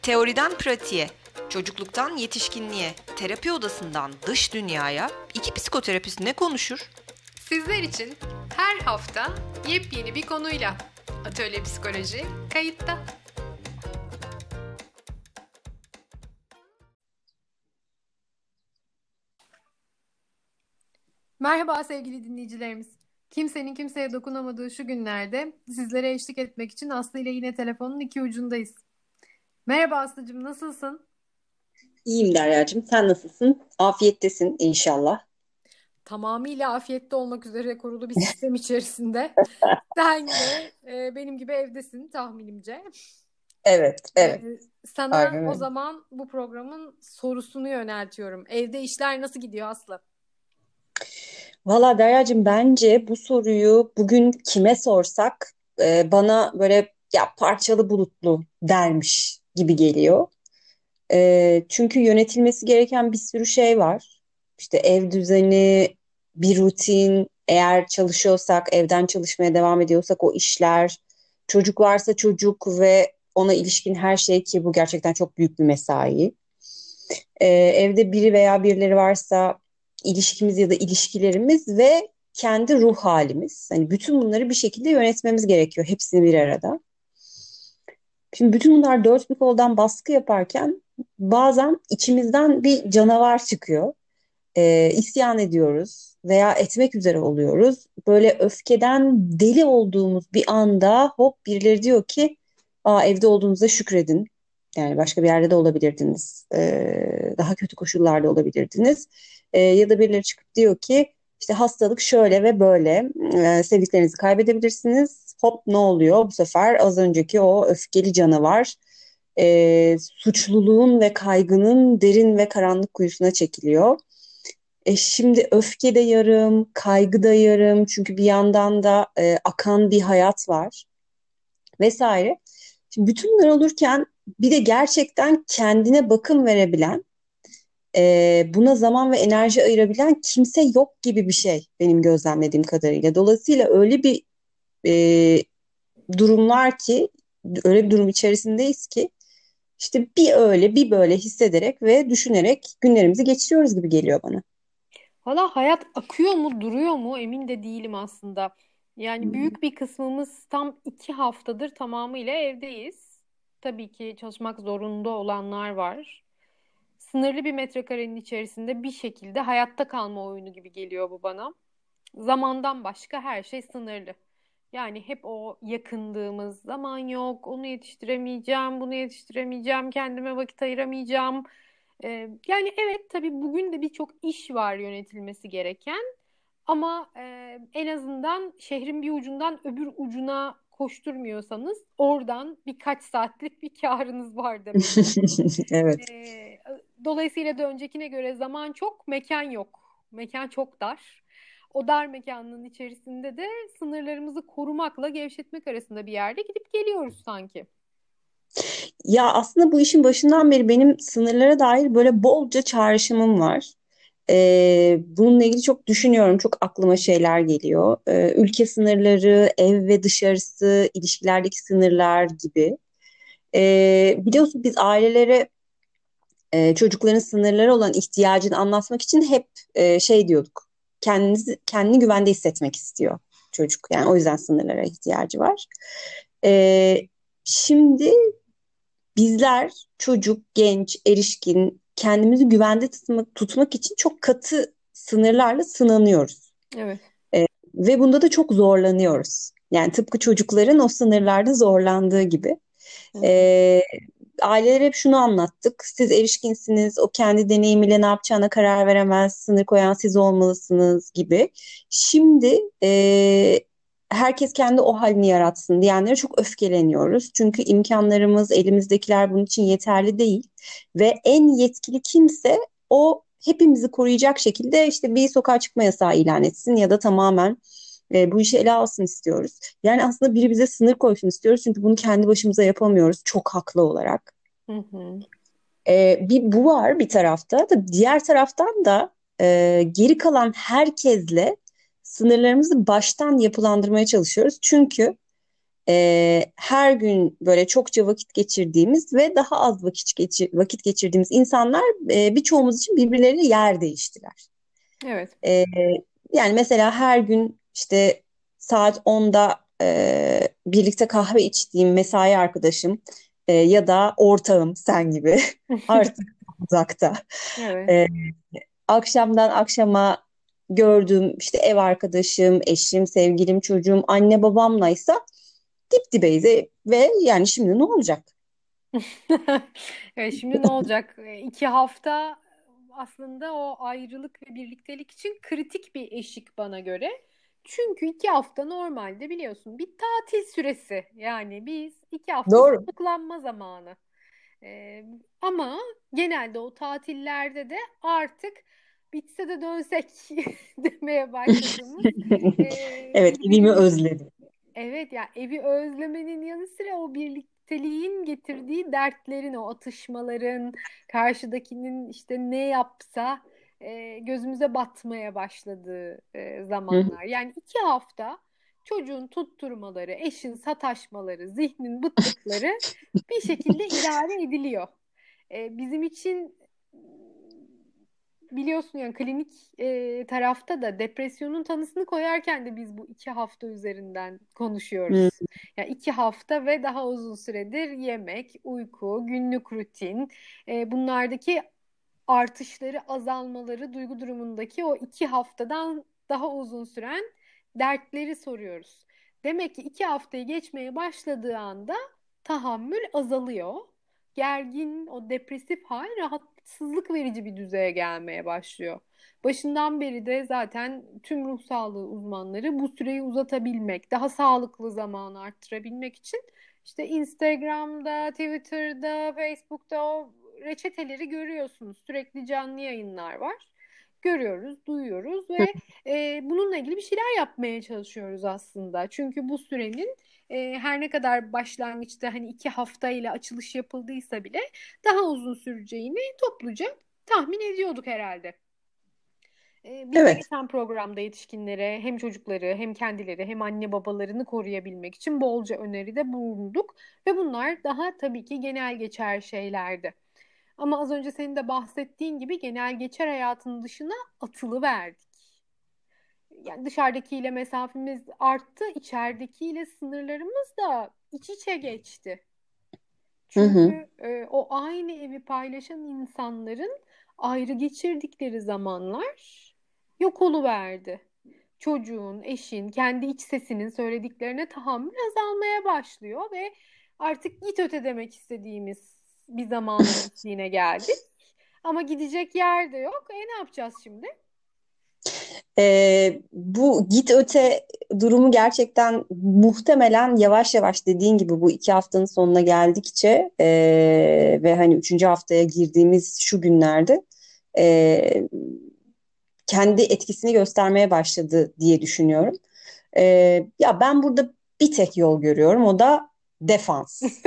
Teoriden pratiğe, çocukluktan yetişkinliğe, terapi odasından dış dünyaya iki psikoterapist ne konuşur? Sizler için her hafta yepyeni bir konuyla Atölye Psikoloji kayıtta. Merhaba sevgili dinleyicilerimiz. Kimsenin kimseye dokunamadığı şu günlerde sizlere eşlik etmek için Aslı ile yine telefonun iki ucundayız. Merhaba Aslı'cığım, nasılsın? İyiyim Deryacığım. Sen nasılsın? Afiyettesin inşallah. Tamamıyla afiyette olmak üzere kurulu bir sistem içerisinde. Sen de benim gibi evdesin tahminimce. Evet, evet. Sana Aynen o öyle. zaman bu programın sorusunu yöneltiyorum. Evde işler nasıl gidiyor Aslı? Valla Deryacığım bence bu soruyu bugün kime sorsak bana böyle ya parçalı bulutlu dermiş gibi geliyor. Çünkü yönetilmesi gereken bir sürü şey var. İşte ev düzeni, bir rutin, eğer çalışıyorsak, evden çalışmaya devam ediyorsak o işler, çocuk varsa çocuk ve ona ilişkin her şey ki bu gerçekten çok büyük bir mesai. Evde biri veya birileri varsa ilişkimiz ya da ilişkilerimiz ve kendi ruh halimiz. Hani bütün bunları bir şekilde yönetmemiz gerekiyor hepsini bir arada. Şimdi bütün bunlar dört bir koldan baskı yaparken bazen içimizden bir canavar çıkıyor. İsyan ediyoruz veya etmek üzere oluyoruz. Böyle öfkeden deli olduğumuz bir anda hop birileri diyor ki evde olduğunuza şükredin. Yani başka bir yerde de olabilirdiniz. Daha kötü koşullarda olabilirdiniz. Ya da birileri çıkıp diyor ki işte hastalık şöyle ve böyle. Sevdiklerinizi kaybedebilirsiniz. Hop ne oluyor? Bu sefer az önceki o öfkeli canavar suçluluğun ve kaygının derin ve karanlık kuyusuna çekiliyor. Şimdi öfke de yarım, kaygı da yarım çünkü bir yandan da akan bir hayat var vesaire. Şimdi bütün bunlar olurken bir de gerçekten kendine bakım verebilen, buna zaman ve enerji ayırabilen kimse yok gibi bir şey benim gözlemlediğim kadarıyla. Dolayısıyla öyle bir e, durumlar ki, öyle bir durum içerisindeyiz ki işte bir öyle bir böyle hissederek ve düşünerek günlerimizi geçiriyoruz gibi geliyor bana. Valla hayat akıyor mu, duruyor mu emin de değilim aslında. Yani büyük bir kısmımız tam 2 haftadır tamamıyla evdeyiz. Tabii ki çalışmak zorunda olanlar var. Sınırlı bir metrekarenin içerisinde bir şekilde hayatta kalma oyunu gibi geliyor bu bana. Zamandan başka her şey sınırlı. Yani hep o yakındığımız zaman yok, onu yetiştiremeyeceğim, bunu yetiştiremeyeceğim, kendime vakit ayıramayacağım. Yani evet tabii bugün de birçok iş var yönetilmesi gereken ama en azından şehrin bir ucundan öbür ucuna koşturmuyorsanız oradan birkaç saatlik bir karınız var demektir. Evet. Ee, Dolayısıyla da öncekine göre zaman çok, mekan yok. Mekan çok dar. O dar mekanın içerisinde de sınırlarımızı korumakla gevşetmek arasında bir yerde gidip geliyoruz sanki. Ya aslında bu işin başından beri benim sınırlara dair böyle bolca çağrışımım var. Bununla ilgili çok düşünüyorum, çok aklıma şeyler geliyor. Ülke sınırları, ev ve dışarısı, ilişkilerdeki sınırlar gibi. Biliyorsun biz ailelere çocukların sınırları olan ihtiyacını anlatmak için hep şey diyorduk. Kendini güvende hissetmek istiyor çocuk. Yani o yüzden sınırlara ihtiyacı var. Ee, Şimdi bizler çocuk, genç, erişkin kendimizi güvende tutmak için çok katı sınırlarla sınanıyoruz. Evet. Ve bunda da çok zorlanıyoruz. Yani tıpkı çocukların o sınırlarda zorlandığı gibi. Hı hı. Ee, Ailelere hep şunu anlattık. Siz erişkinsiniz, o kendi deneyimiyle ne yapacağına karar veremez, sınır koyan siz olmalısınız gibi. Şimdi herkes kendi o halini yaratsın diyenlere çok öfkeleniyoruz. Çünkü imkanlarımız, elimizdekiler bunun için yeterli değil. Ve en yetkili kimse o hepimizi koruyacak şekilde işte bir sokağa çıkma yasağı ilan etsin ya da tamamen bu işi ele alsın istiyoruz. Yani aslında biri bize sınır koysun istiyoruz çünkü bunu kendi başımıza yapamıyoruz çok haklı olarak. Hı hı. Bir bu var bir tarafta. Tabii diğer taraftan da geri kalan herkesle sınırlarımızı baştan yapılandırmaya çalışıyoruz. Çünkü her gün böyle çokça vakit geçirdiğimiz ve daha az vakit geçirdiğimiz insanlar birçoğumuz için birbirleriyle yer değiştiler. Evet. E, Yani mesela her gün işte saat 10'da birlikte kahve içtiğim mesai arkadaşım ya da ortağım sen gibi artık uzakta. Evet. E, Akşamdan akşama gördüğüm işte ev arkadaşım, eşim, sevgilim, çocuğum, anne babamlaysa dip dibeyiz. Ve yani şimdi ne olacak? Evet, şimdi ne olacak? 2 hafta aslında o ayrılık ve birliktelik için kritik bir eşik bana göre. Çünkü 2 hafta normalde biliyorsun bir tatil süresi. Yani biz 2 hafta Doğru. soluklanma zamanı. Ama genelde o tatillerde de artık bitse de dönsek demeye başladığımız Evet, evimi birbirimiz. özledim. Evet ya, evi özlemenin yanı sıra o birlikteliğin getirdiği dertlerin, o atışmaların, karşıdakinin işte ne yapsa gözümüze batmaya başladığı Hı hı. zamanlar. Yani 2 hafta çocuğun tutturmaları, eşin sataşmaları, zihnin bıttıkları bir şekilde idare ediliyor. Bizim için biliyorsun yani klinik tarafta da depresyonun tanısını koyarken de biz bu 2 hafta üzerinden Hı konuşuyoruz. Yani 2 hafta ve daha uzun süredir yemek, uyku, günlük rutin, bunlardaki artışları, azalmaları, duygu durumundaki o 2 haftadan daha uzun süren dertleri soruyoruz. Demek ki 2 haftayı geçmeye başladığı anda tahammül azalıyor. Gergin, o depresif hal rahatsızlık verici bir düzeye gelmeye başlıyor. Başından beri de zaten tüm ruh sağlığı uzmanları bu süreyi uzatabilmek, daha sağlıklı zamanı arttırabilmek için işte Instagram'da, Twitter'da, Facebook'ta o reçeteleri görüyorsunuz. Sürekli canlı yayınlar var. Görüyoruz, duyuyoruz hı. ve bununla ilgili bir şeyler yapmaya çalışıyoruz aslında. Çünkü bu sürenin her ne kadar başlangıçta hani 2 hafta ile açılış yapıldıysa bile daha uzun süreceğini topluca tahmin ediyorduk herhalde. Biz de Evet. geçen programda yetişkinlere hem çocukları hem kendileri hem anne babalarını koruyabilmek için bolca öneride bulunduk ve bunlar daha tabii ki genel geçer şeylerdi. Ama az önce senin de bahsettiğin gibi genel geçer hayatın dışına atılıverdik. Yani dışarıdakiyle mesafemiz arttı, içeridekiyle sınırlarımız da iç içe geçti. Hı hı. Çünkü o aynı evi paylaşan insanların ayrı geçirdikleri zamanlar yok oluverdi. Çocuğun, eşin, kendi iç sesinin söylediklerine tahammül azalmaya başlıyor ve artık git öte demek istediğimiz bir zamanın eşiğine geldik. Ama gidecek yer de yok. Ne yapacağız şimdi? Bu git öte durumu gerçekten muhtemelen yavaş yavaş dediğin gibi bu 2 haftanın sonuna geldikçe ve hani 3. haftaya girdiğimiz şu günlerde ee, kendi etkisini göstermeye başladı diye düşünüyorum. Ya ben burada bir tek yol görüyorum, o da defans.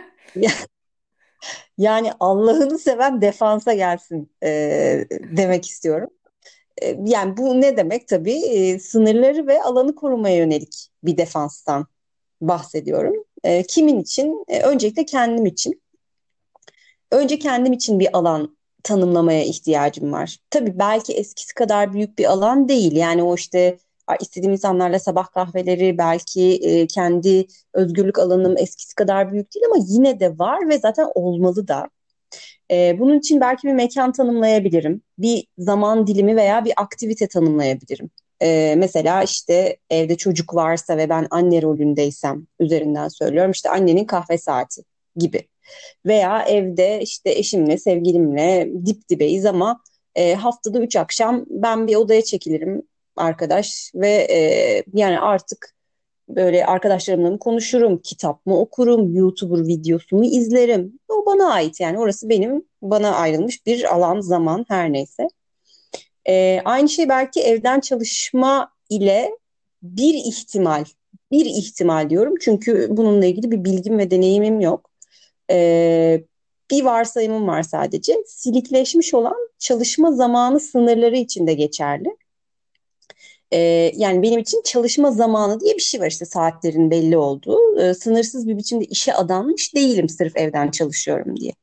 Yani Allah'ını seven defansa gelsin demek istiyorum. Yani bu ne demek tabii? Sınırları ve alanı korumaya yönelik bir defanstan bahsediyorum. Kimin için? Öncelikle kendim için. Önce kendim için bir alan tanımlamaya ihtiyacım var. Tabii belki eskisi kadar büyük bir alan değil. Yani o işte istediğim insanlarla sabah kahveleri, belki kendi özgürlük alanım eskisi kadar büyük değil ama yine de var ve zaten olmalı da. Bunun için belki bir mekan tanımlayabilirim. Bir zaman dilimi veya bir aktivite tanımlayabilirim. Mesela işte evde çocuk varsa ve ben anne rolündeysem üzerinden söylüyorum. İşte annenin kahve saati gibi. Veya evde işte eşimle, sevgilimle dip dibeyiz ama haftada 3 akşam ben bir odaya çekilirim arkadaş ve yani artık böyle arkadaşlarımla mı konuşurum, kitap mı okurum, YouTuber videosu mu izlerim. O bana ait, yani orası benim, bana ayrılmış bir alan, zaman, her neyse. Aynı şey belki evden çalışma ile bir ihtimal diyorum çünkü bununla ilgili bir bilgim ve deneyimim yok. Ee, Bir varsayımım var sadece. Silikleşmiş olan çalışma zamanı sınırları içinde geçerli. E, Yani benim için çalışma zamanı diye bir şey var, işte saatlerin belli olduğu. Sınırsız bir biçimde işe adanmış değilim sırf evden çalışıyorum diye.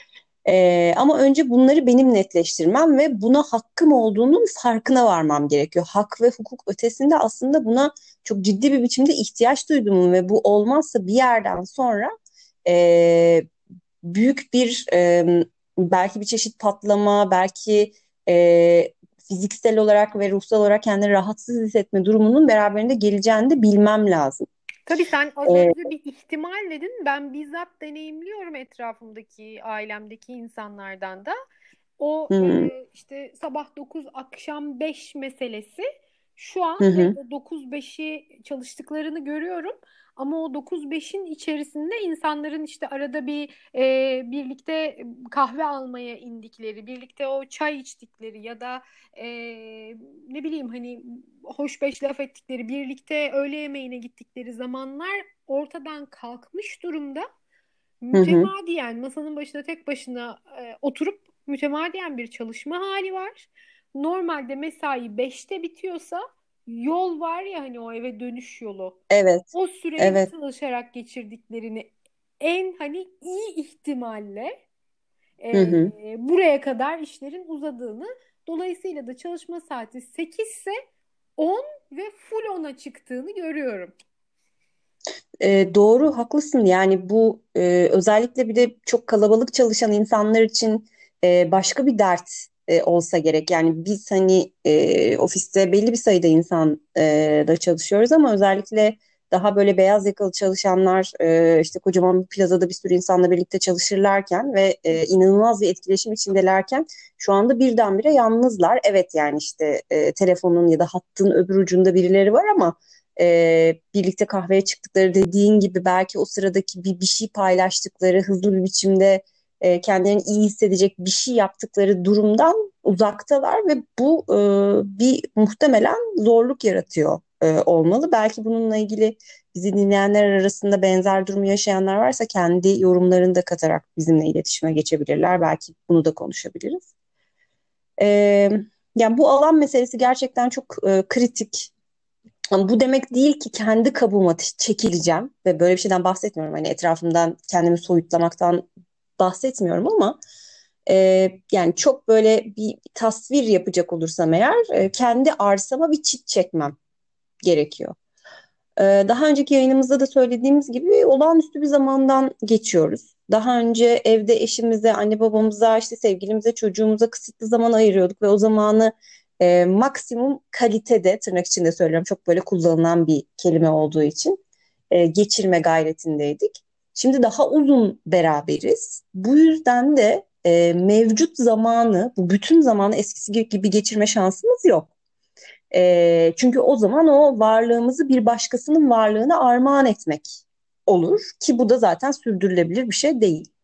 Ama önce bunları benim netleştirmem ve buna hakkım olduğunun farkına varmam gerekiyor. Hak ve hukuk ötesinde aslında buna çok ciddi bir biçimde ihtiyaç duyduğumu ve bu olmazsa bir yerden sonra e, büyük bir belki bir çeşit patlama, belki fiziksel olarak ve ruhsal olarak kendini rahatsız hissetme durumunun beraberinde geleceğini de bilmem lazım. Tabii sen az E, önce bir ihtimal dedin. Ben bizzat deneyimliyorum etrafımdaki, ailemdeki insanlardan da. O hı işte sabah 9 akşam 5 meselesi şu an hı evet hı o 9-5'i çalıştıklarını görüyorum. Ama o 9-5'in içerisinde insanların işte arada bir birlikte kahve almaya indikleri, birlikte o çay içtikleri ya da e, ne bileyim hani hoş beş laf ettikleri, birlikte öğle yemeğine gittikleri zamanlar ortadan kalkmış durumda. hı hı. Mütemadiyen masanın başında tek başına oturup mütemadiyen bir çalışma hali var. Normalde mesai 5'te bitiyorsa yol var ya hani o eve dönüş yolu. Evet, O süreyi evet. çalışarak geçirdiklerini en hani iyi ihtimalle Hı hı. buraya kadar işlerin uzadığını, dolayısıyla da çalışma saati 8 ise 10 ve full 10'a çıktığını görüyorum. Doğru, haklısın. Yani bu özellikle bir de çok kalabalık çalışan insanlar için başka bir dert olsa gerek. Yani biz hani ofiste belli bir sayıda insan da çalışıyoruz ama özellikle daha böyle beyaz yakalı çalışanlar işte kocaman bir plazada bir sürü insanla birlikte çalışırlarken ve inanılmaz bir etkileşim içindelerken şu anda birdenbire yalnızlar. Evet, yani işte telefonun ya da hattın öbür ucunda birileri var ama birlikte kahveye çıktıkları, dediğin gibi belki o sıradaki bir şey paylaştıkları, hızlı bir biçimde kendilerini iyi hissedecek bir şey yaptıkları durumdan uzaktalar ve bu bir muhtemelen zorluk yaratıyor olmalı. Belki bununla ilgili bizi dinleyenler arasında benzer durumu yaşayanlar varsa kendi yorumlarını da katarak bizimle iletişime geçebilirler. Belki bunu da konuşabiliriz. E, Yani bu alan meselesi gerçekten çok kritik. Ama bu demek değil ki kendi kabuğuma çekileceğim ve böyle bir şeyden bahsetmiyorum. Hani etrafımdan kendimi soyutlamaktan bahsetmiyorum ama e, yani çok böyle bir tasvir yapacak olursam eğer kendi arsama bir çit çekmem gerekiyor. Daha önceki yayınımızda da söylediğimiz gibi olağanüstü bir zamandan geçiyoruz. Daha önce evde eşimize, anne babamıza, işte sevgilimize, çocuğumuza kısıtlı zaman ayırıyorduk ve o zamanı maksimum kalitede, tırnak içinde söylüyorum, çok böyle kullanılan bir kelime olduğu için geçirme gayretindeydik. Şimdi daha uzun beraberiz. Bu yüzden de mevcut zamanı, bu bütün zamanı eskisi gibi geçirme şansımız yok. Çünkü o zaman o varlığımızı bir başkasının varlığına armağan etmek olur ki bu da zaten sürdürülebilir bir şey değil.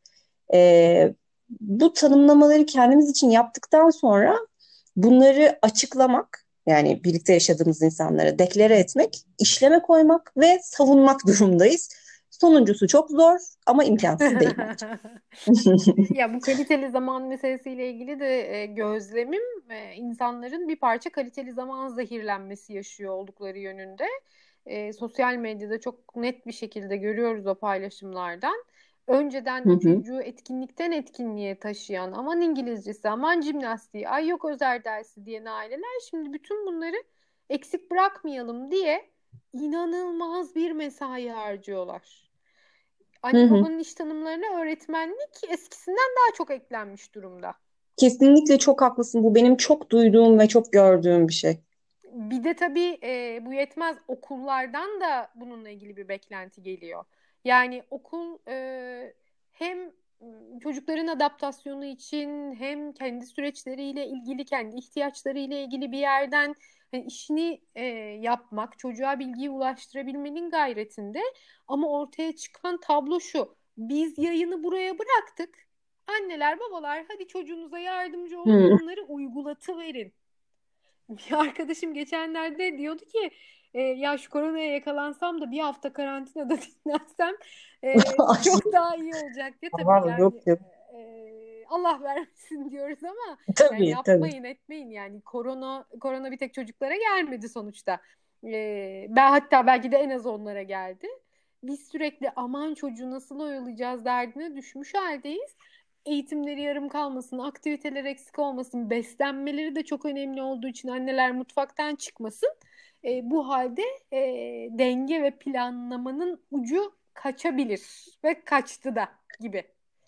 Bu tanımlamaları kendimiz için yaptıktan sonra bunları açıklamak, yani birlikte yaşadığımız insanlara deklare etmek, işleme koymak ve savunmak durumdayız. Sonuncusu çok zor ama imkansız değil bence. Ya bu kaliteli zaman meselesiyle ilgili de gözlemim insanların bir parça kaliteli zaman zehirlenmesi yaşıyor oldukları yönünde. Sosyal medyada çok net bir şekilde görüyoruz o paylaşımlardan. Hı Önceden hı. çocuğu etkinlikten etkinliğe taşıyan, aman İngilizcesi, aman jimnastiği, ay yok özel dersi diyen aileler şimdi bütün bunları eksik bırakmayalım diye inanılmaz bir mesai harcıyorlar. Hı Anne hı. babanın iş tanımlarına öğretmenlik eskisinden daha çok eklenmiş durumda. Kesinlikle çok haklısın. Bu benim çok duyduğum ve çok gördüğüm bir şey. Bir de tabii bu yetmez, okullardan da bununla ilgili bir beklenti geliyor. Yani okul hem çocukların adaptasyonu için hem kendi süreçleriyle ilgili, kendi ihtiyaçlarıyla ilgili bir yerden hani işini yapmak, çocuğa bilgiyi ulaştırabilmenin gayretinde. Ama ortaya çıkan tablo şu: biz yayını buraya bıraktık. Anneler, babalar hadi çocuğunuza yardımcı olun, Hı. bunları uygulatıverin. Bir arkadaşım geçenlerde diyordu ki ya şu koronaya yakalansam da bir hafta karantinada dinlensem Ay, çok daha iyi olacak diye. Tabii vallahi yok yani yok. e, Allah vermesin diyoruz ama yani Tabii, tabii. yapmayın etmeyin, yani korona bir tek çocuklara gelmedi sonuçta. Ben hatta belki de en az onlara geldi. Biz sürekli aman çocuğu nasıl oyalayacağız derdine düşmüş haldeyiz. Eğitimleri yarım kalmasın, aktiviteler eksik olmasın, beslenmeleri de çok önemli olduğu için anneler mutfaktan çıkmasın. Bu halde e, denge ve planlamanın ucu kaçabilir ve kaçtı da gibi.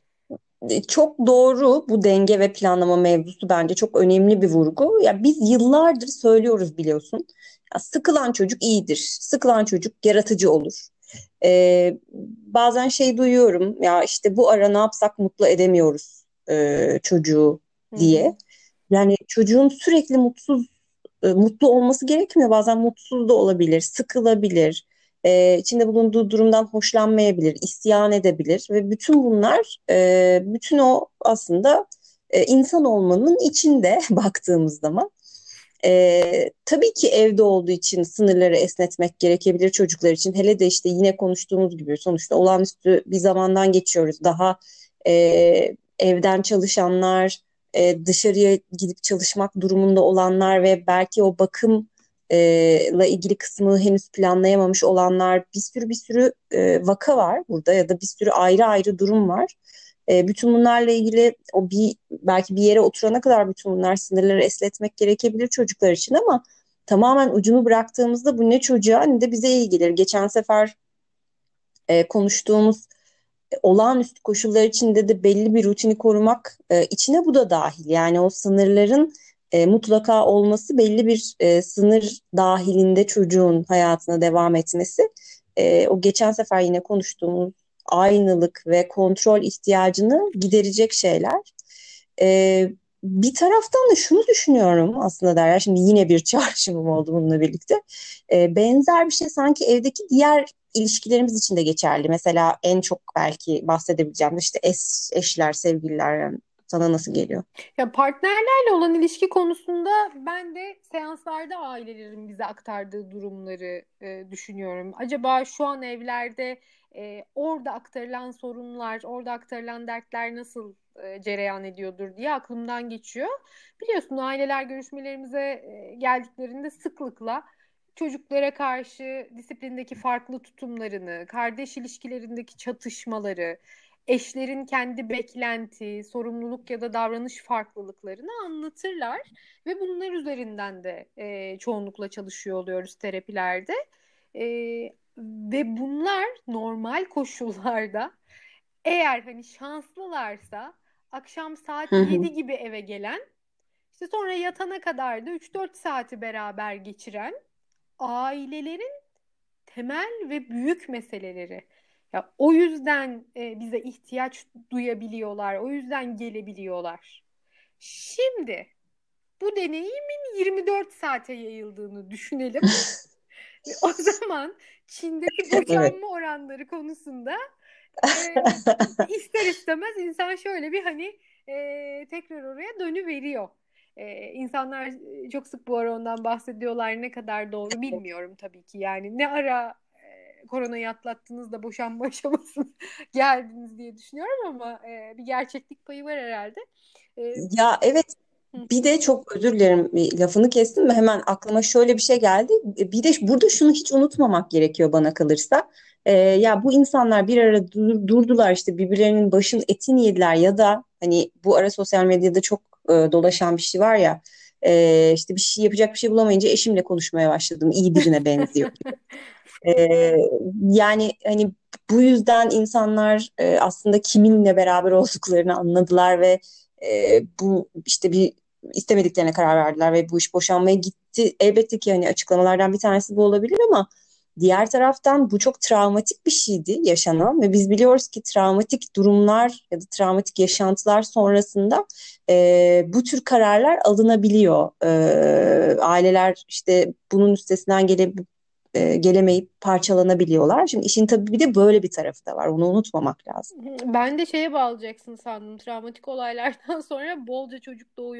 Çok doğru, bu denge ve planlama mevzusu bence çok önemli bir vurgu. Ya biz yıllardır söylüyoruz biliyorsun. Ya sıkılan çocuk iyidir. Sıkılan çocuk yaratıcı olur. Bazen şey duyuyorum ya, işte bu ara ne yapsak mutlu edemiyoruz çocuğu Hı diye. hı. Yani çocuğun sürekli mutlu olması gerekmiyor. Bazen mutsuz da olabilir, sıkılabilir, içinde bulunduğu durumdan hoşlanmayabilir, isyan edebilir ve bütün bunlar, bütün o aslında insan olmanın içinde baktığımız zaman. Tabii ki evde olduğu için sınırları esnetmek gerekebilir çocuklar için. Hele de işte yine konuştuğumuz gibi sonuçta olağanüstü bir zamandan geçiyoruz. Daha evden çalışanlar, dışarıya gidip çalışmak durumunda olanlar ve belki o bakım ile ilgili kısmı henüz planlayamamış olanlar, bir sürü vaka var burada ya da bir sürü ayrı ayrı durum var. Bütün bunlarla ilgili belki bir yere oturana kadar bütün bunlar sınırları esnetmek gerekebilir çocuklar için ama tamamen ucunu bıraktığımızda bu ne çocuğa ne de bize iyi gelir. Geçen sefer konuştuğumuz olağanüstü koşullar içinde de belli bir rutini korumak içine bu da dahil. Yani o sınırların mutlaka olması, belli bir sınır dahilinde çocuğun hayatına devam etmesi, o geçen sefer yine konuştuğumuz aynılık ve kontrol ihtiyacını giderecek şeyler. Bir taraftan da şunu düşünüyorum aslında Derya, şimdi yine bir çağrışımım oldu bununla birlikte. Benzer bir şey sanki evdeki diğer ilişkilerimiz için de geçerli. Mesela en çok belki bahsedebileceğim işte eşler, sevgililer, yani sana nasıl geliyor? Ya partnerlerle olan ilişki konusunda ben de seanslarda ailelerin bize aktardığı durumları düşünüyorum. Acaba şu an evlerde orada aktarılan sorunlar, orada aktarılan dertler nasıl cereyan ediyordur diye aklımdan geçiyor. Biliyorsun aileler görüşmelerimize geldiklerinde sıklıkla çocuklara karşı disiplindeki farklı tutumlarını, kardeş ilişkilerindeki çatışmaları, eşlerin kendi beklenti, sorumluluk ya da davranış farklılıklarını anlatırlar ve bunlar üzerinden de çoğunlukla çalışıyor oluyoruz terapilerde. E, Ve bunlar normal koşullarda, eğer hani şanslılarsa, akşam saat Hı hı. 7 gibi eve gelen, işte sonra yatana kadar da 3-4 saati beraber geçiren ailelerin temel ve büyük meseleleri. Ya o yüzden bize ihtiyaç duyabiliyorlar, o yüzden gelebiliyorlar. Şimdi bu deneyimin 24 saate yayıldığını düşünelim. Ve o zaman Çin'deki Evet. boşanma oranları konusunda ister istemez insan şöyle bir hani tekrar oraya dönüveriyor. İnsanlar çok sık bu ara ondan bahsediyorlar. Ne kadar doğru bilmiyorum tabii ki. Yani ne ara koronayı atlattınız da boşanma aşamasına geldiniz diye düşünüyorum ama bir gerçeklik payı var herhalde. E, Ya evet, hı. bir de çok özür dilerim, bir lafını kestim mi, hemen aklıma şöyle bir şey geldi. Bir de burada şunu hiç unutmamak gerekiyor bana kalırsa. Ya bu insanlar bir ara durdular, işte birbirlerinin başın etini yediler ya da hani bu ara sosyal medyada çok dolaşan bir şey var ya, işte bir şey yapacak bir şey bulamayınca eşimle konuşmaya başladım, iyi birine benziyor. Ee, Yani hani bu yüzden insanlar aslında kiminle beraber olduklarını anladılar ve bu işte bir istemediklerine karar verdiler ve bu iş boşanmaya gitti. Elbette ki hani açıklamalardan bir tanesi bu olabilir ama diğer taraftan bu çok travmatik bir şeydi yaşanan ve biz biliyoruz ki travmatik durumlar ya da travmatik yaşantılar sonrasında bu tür kararlar alınabiliyor. Aileler işte bunun üstesinden gelemeyip parçalanabiliyorlar. Şimdi işin tabii bir de böyle bir tarafı da var. Onu unutmamak lazım. Ben de şeye bağlayacaksın sandım. Travmatik olaylardan sonra bolca çocuk doğuyor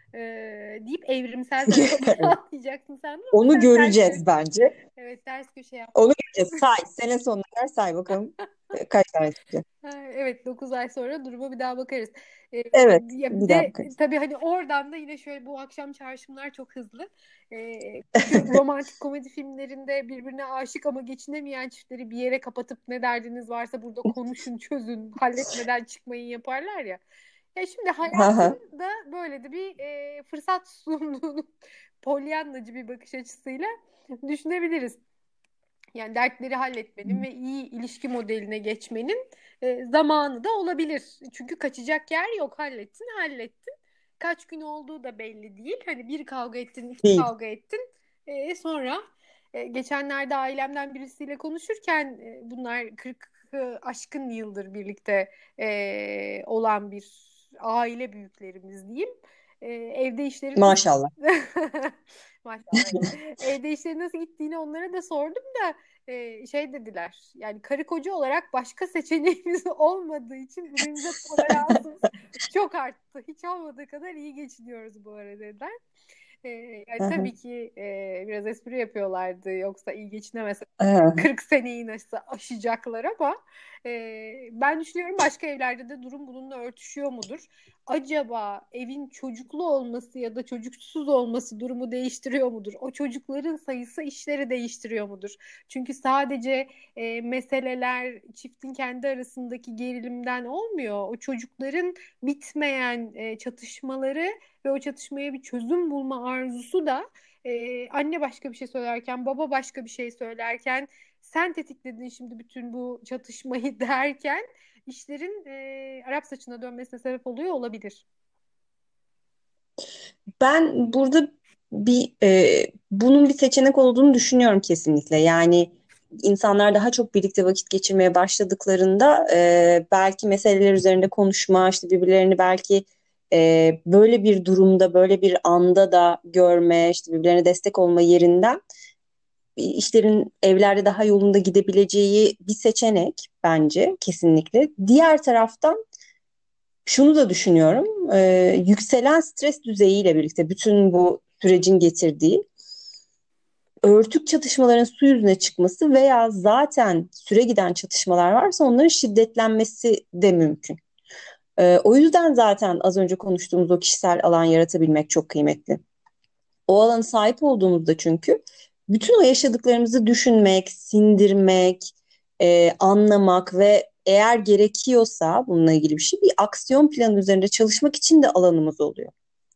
deyip evrimsel tarafa bağlayacaksın sandım ama Onu sen göreceğiz bence. evet, ters köşe yaptın. Onu göreceğiz. Say. Sene sonuna kadar say bakalım. Kaç tane çıkacak. Ha, evet, 9 ay sonra duruma bir daha bakarız. Evet. Ya bir Bir daha de bakarız. tabii hani oradan da yine şöyle bu akşam çağrışımlar çok hızlı. Çünkü romantik komedi filmlerinde birbirine aşık ama geçinemeyen çiftleri bir yere kapatıp ne derdiniz varsa burada konuşun, çözün, halletmeden çıkmayın yaparlar ya. Ya şimdi Ha ha. hayatın da böyle de bir fırsat sunduğunu polyanlacı bir bakış açısıyla düşünebiliriz. Yani dertleri halletmenin ve iyi ilişki modeline geçmenin zamanı da olabilir. Çünkü kaçacak yer yok. Hallettin, hallettin. Kaç gün olduğu da belli değil. Hani bir kavga ettin, iki Değil. kavga ettin. Sonra geçenlerde ailemden birisiyle konuşurken bunlar 40 aşkın yıldır birlikte olan bir aile büyüklerimiz diyeyim. Evde işlerin Maşallah. maşallah. Evde işlerin nasıl gittiğini onlara da sordum da şey dediler. Yani karı koca olarak başka seçeneğimiz olmadığı için birbirimize toleransımız çok arttı. Hiç olmadığı kadar iyi geçiniyoruz bu ara dediler. Yani Hı hı. tabii ki biraz espri yapıyorlardı. Yoksa iyi geçinemese Hı hı. 40 seneyi nasıl aşacaklar ama ben düşünüyorum başka evlerde de durum bununla örtüşüyor mudur? Acaba evin çocuklu olması ya da çocuksuz olması durumu değiştiriyor mudur? O çocukların sayısı işleri değiştiriyor mudur? Çünkü sadece meseleler çiftin kendi arasındaki gerilimden olmuyor. O çocukların bitmeyen çatışmaları ve o çatışmaya bir çözüm bulma arzusu da anne başka bir şey söylerken, baba başka bir şey söylerken, sen tetikledin şimdi bütün bu çatışmayı derken işlerin Arap saçına dönmesine sebep oluyor olabilir. Ben burada bunun bir seçenek olduğunu düşünüyorum kesinlikle. Yani insanlar daha çok birlikte vakit geçirmeye başladıklarında belki meseleler üzerinde konuşma, işte birbirlerini belki böyle bir durumda, böyle bir anda da görme, işte birbirlerine destek olma yerinden işlerin evlerde daha yolunda gidebileceği bir seçenek bence kesinlikle. Diğer taraftan şunu da düşünüyorum. Yükselen stres düzeyiyle birlikte bütün bu sürecin getirdiği örtük çatışmaların su yüzüne çıkması veya zaten süre giden çatışmalar varsa onların şiddetlenmesi de mümkün. O yüzden zaten az önce konuştuğumuz o kişisel alan yaratabilmek çok kıymetli. O alana sahip olduğumuzda çünkü bütün o yaşadıklarımızı düşünmek, sindirmek, anlamak ve eğer gerekiyorsa bununla ilgili bir şey bir aksiyon planı üzerinde çalışmak için de alanımız oluyor.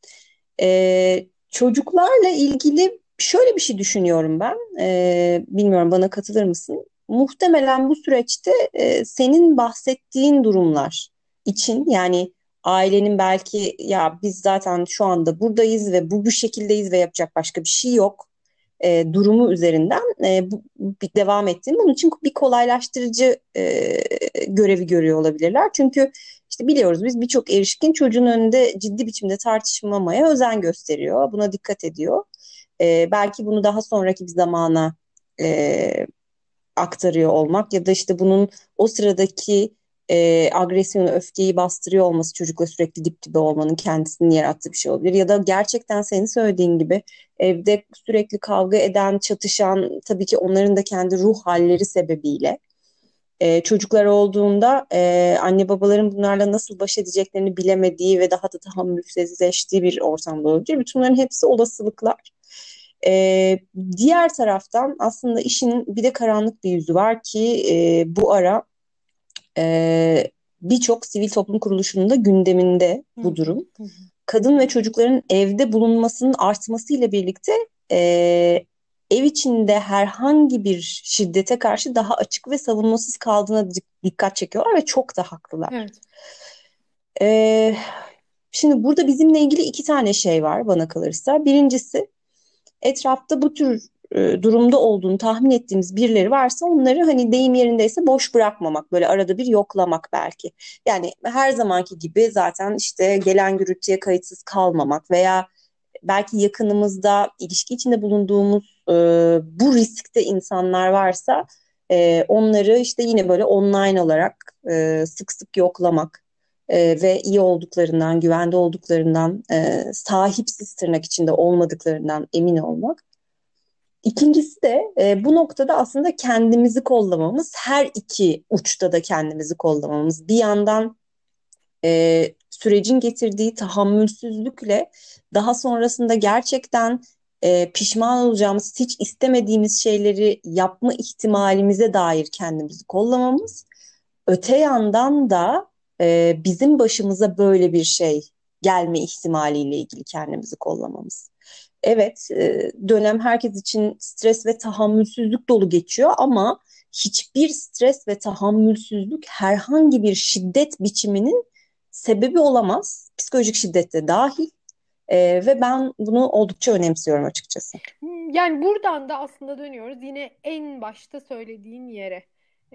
Çocuklarla ilgili şöyle bir şey düşünüyorum ben. Bilmiyorum bana katılır mısın? Muhtemelen bu süreçte senin bahsettiğin durumlar için yani ailenin belki ya biz zaten şu anda buradayız ve bu şekildeyiz ve yapacak başka bir şey yok durumu üzerinden bir devam ettiğini bunun için bir kolaylaştırıcı görevi görüyor olabilirler. Çünkü işte biliyoruz biz birçok erişkin çocuğun önünde ciddi biçimde tartışmamaya özen gösteriyor. Buna dikkat ediyor. Belki bunu daha sonraki bir zamana e, aktarıyor olmak ya da işte bunun o sıradaki agresyonu, öfkeyi bastırıyor olması çocukla sürekli dip dibe olmanın kendisinin yarattığı bir şey olabilir. Ya da gerçekten senin söylediğin gibi evde sürekli kavga eden, çatışan tabii ki onların da kendi ruh halleri sebebiyle çocuklar olduğunda anne babaların bunlarla nasıl baş edeceklerini bilemediği ve daha da tahammülsüzleştiği bir ortamda olabilir. Bütün bunların hepsi olasılıklar. Diğer taraftan aslında işin bir de karanlık bir yüzü var ki bu ara birçok sivil toplum kuruluşunun da gündeminde Hı bu hı, durum. hı hı. Kadın ve çocukların evde bulunmasının artmasıyla birlikte e, ev içinde herhangi bir şiddete karşı daha açık ve savunmasız kaldığına dikkat çekiyorlar ve çok da haklılar. Evet. E, Şimdi burada bizimle ilgili iki tane şey var bana kalırsa. Birincisi etrafta bu tür durumda olduğunu tahmin ettiğimiz birileri varsa onları hani deyim yerindeyse boş bırakmamak, böyle arada bir yoklamak belki. Yani her zamanki gibi zaten işte gelen gürültüye kayıtsız kalmamak veya belki yakınımızda ilişki içinde bulunduğumuz bu riskte insanlar varsa onları işte yine böyle online olarak sık sık yoklamak. ve iyi olduklarından, güvende olduklarından, sahipsiz tırnak içinde olmadıklarından emin olmak. İkincisi de bu noktada aslında kendimizi kollamamız, her iki uçta da kendimizi kollamamız. Bir yandan sürecin getirdiği tahammülsüzlükle daha sonrasında gerçekten pişman olacağımız, hiç istemediğimiz şeyleri yapma ihtimalimize dair kendimizi kollamamız. Öte yandan da bizim başımıza böyle bir şey gelme ihtimaliyle ilgili kendimizi kollamamız. Evet, dönem herkes için stres ve tahammülsüzlük dolu geçiyor ama hiçbir stres ve tahammülsüzlük herhangi bir şiddet biçiminin sebebi olamaz. Psikolojik şiddet de dahil. Ve ben bunu oldukça önemsiyorum açıkçası. Yani buradan da aslında dönüyoruz yine en başta söylediğin yere,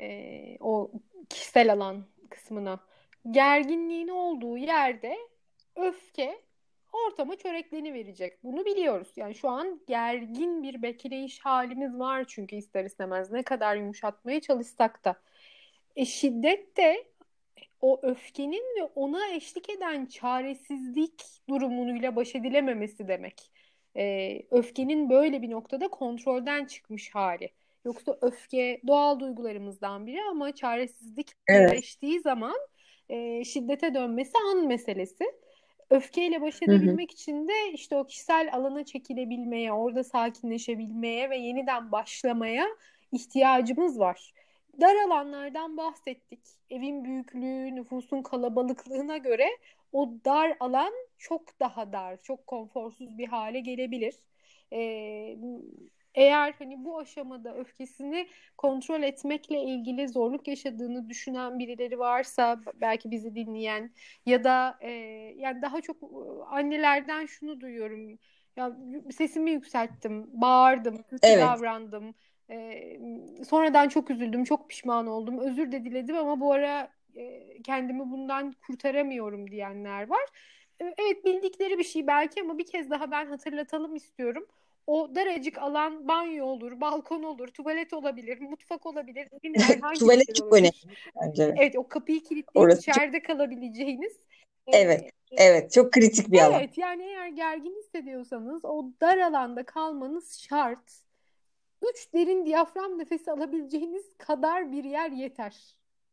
o kişisel alan kısmına. Gerginliğin olduğu yerde öfke ortama çörekleni verecek. Bunu biliyoruz. Yani şu an gergin bir bekleyiş halimiz var çünkü ister istemez ne kadar yumuşatmaya çalışsak da. Şiddet de o öfkenin ve ona eşlik eden çaresizlik durumunuyla baş edilememesi demek. Öfkenin böyle bir noktada kontrolden çıkmış hali. Yoksa öfke doğal duygularımızdan biri ama çaresizlik Evet. birleştiği zaman şiddete dönmesi an meselesi. Öfkeyle baş Hı hı. edebilmek için de işte o kişisel alana çekilebilmeye, orada sakinleşebilmeye ve yeniden başlamaya ihtiyacımız var. Dar alanlardan bahsettik. Evin büyüklüğü, nüfusun kalabalıklığına göre o dar alan çok daha dar, çok konforsuz bir hale gelebilir. Ee, Eğer hani bu aşamada öfkesini kontrol etmekle ilgili zorluk yaşadığını düşünen birileri varsa belki bizi dinleyen ya da yani daha çok annelerden şunu duyuyorum. Ya sesimi yükselttim, bağırdım, kötü Evet. davrandım. Sonradan çok üzüldüm, çok pişman oldum, özür de diledim ama bu ara kendimi bundan kurtaramıyorum diyenler var. Evet bildikleri bir şey belki ama bir kez daha ben hatırlatalım istiyorum. O daracık alan banyo olur, balkon olur, tuvalet olabilir, mutfak olabilir, evin herhangi bir Tuvalet yeri çok önemli olabilir. bence. Evet o kapıyı kilitleyip Orası çok, içeride kalabileceğiniz. evet. e, Evet, çok kritik bir alan. evet yani eğer gergin hissediyorsanız o dar alanda kalmanız şart. Üç derin diyafram nefesi alabileceğiniz kadar bir yer yeter.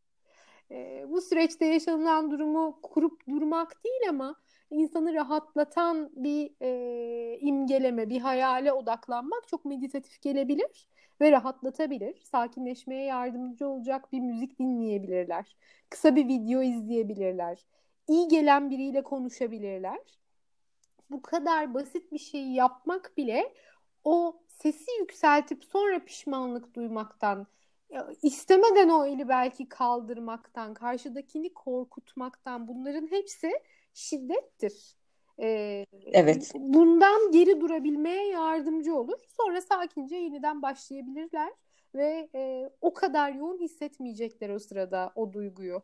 Bu süreçte yaşanılan durumu kurup durmak değil ama insanı rahatlatan bir imgeleme, bir hayale odaklanmak çok meditatif gelebilir ve rahatlatabilir. Sakinleşmeye yardımcı olacak bir müzik dinleyebilirler. Kısa bir video izleyebilirler. İyi gelen biriyle konuşabilirler. Bu kadar basit bir şeyi yapmak bile o sesi yükseltip sonra pişmanlık duymaktan, istemeden o eli belki kaldırmaktan, karşıdakini korkutmaktan bunların hepsi şiddettir. Ee, Evet. Bundan geri durabilmeye yardımcı olur. Sonra sakince yeniden başlayabilirler ve o kadar yoğun hissetmeyecekler o sırada o duyguyu.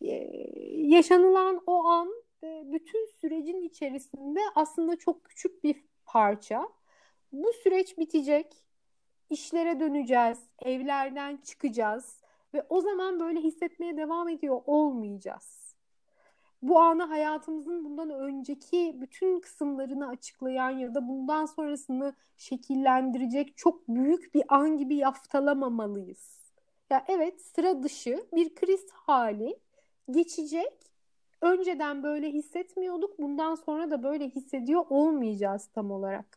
Yaşanılan o an bütün sürecin içerisinde aslında çok küçük bir parça. Bu süreç bitecek, işlere döneceğiz, evlerden çıkacağız ve o zaman böyle hissetmeye devam ediyor olmayacağız. Bu anı hayatımızın bundan önceki bütün kısımlarını açıklayan ya da bundan sonrasını şekillendirecek çok büyük bir an gibi yaftılamamalıyız. Ya evet sıra dışı bir kriz hali geçecek. Önceden böyle hissetmiyorduk. Bundan sonra da böyle hissediyor olmayacağız tam olarak.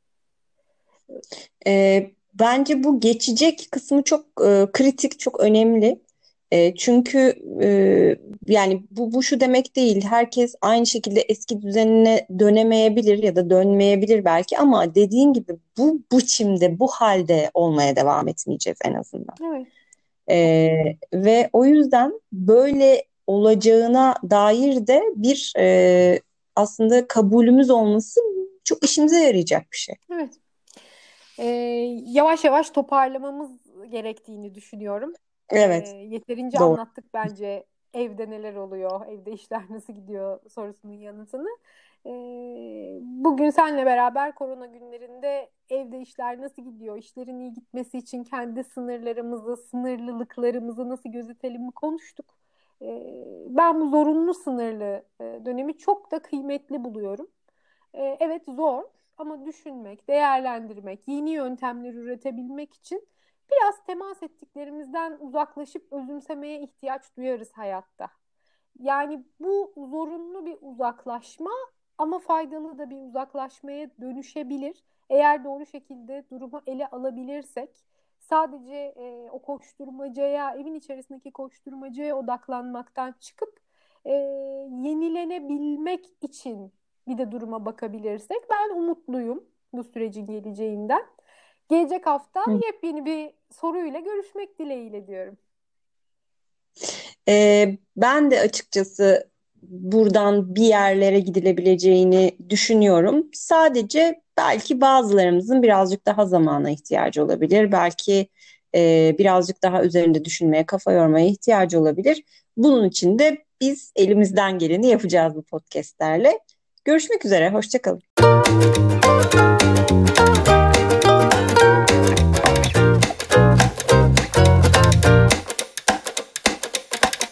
Bence bu geçecek kısmı çok kritik, çok önemli. Çünkü e, yani bu şu demek değil. Herkes aynı şekilde eski düzenine dönemeyebilir ya da dönmeyebilir belki ama dediğin gibi bu biçimde, bu halde olmaya devam etmeyeceğiz en azından. Evet. Ve o yüzden böyle olacağına dair de bir aslında kabulümüz olması çok işimize yarayacak bir şey. Evet. Ee, Yavaş yavaş toparlamamız gerektiğini düşünüyorum. Evet, Yeterince doğru. anlattık bence evde neler oluyor, evde işler nasıl gidiyor sorusunun yanıtını. Bugün seninle beraber korona günlerinde evde işler nasıl gidiyor, işlerin iyi gitmesi için kendi sınırlarımızı, sınırlılıklarımızı nasıl gözetelim mi konuştuk. Ben bu zorunlu sınırlı dönemi çok da kıymetli buluyorum. Evet zor ama düşünmek, değerlendirmek, yeni yöntemler üretebilmek için biraz temas ettiklerimizden uzaklaşıp özümsemeye ihtiyaç duyarız hayatta. Yani bu zorunlu bir uzaklaşma ama faydalı da bir uzaklaşmaya dönüşebilir. Eğer doğru şekilde durumu ele alabilirsek, sadece o koşturmacaya, evin içerisindeki koşturmacaya odaklanmaktan çıkıp yenilenebilmek için bir de duruma bakabilirsek ben umutluyum bu sürecin geleceğinden. Gelecek hafta yepyeni bir soruyla görüşmek dileğiyle diyorum. Ben de açıkçası buradan bir yerlere gidilebileceğini düşünüyorum. Sadece belki bazılarımızın birazcık daha zamana ihtiyacı olabilir. Belki birazcık daha üzerinde düşünmeye, kafa yormaya ihtiyacı olabilir. Bunun için de biz elimizden geleni yapacağız bu podcastlerle. Görüşmek üzere, hoşça kalın.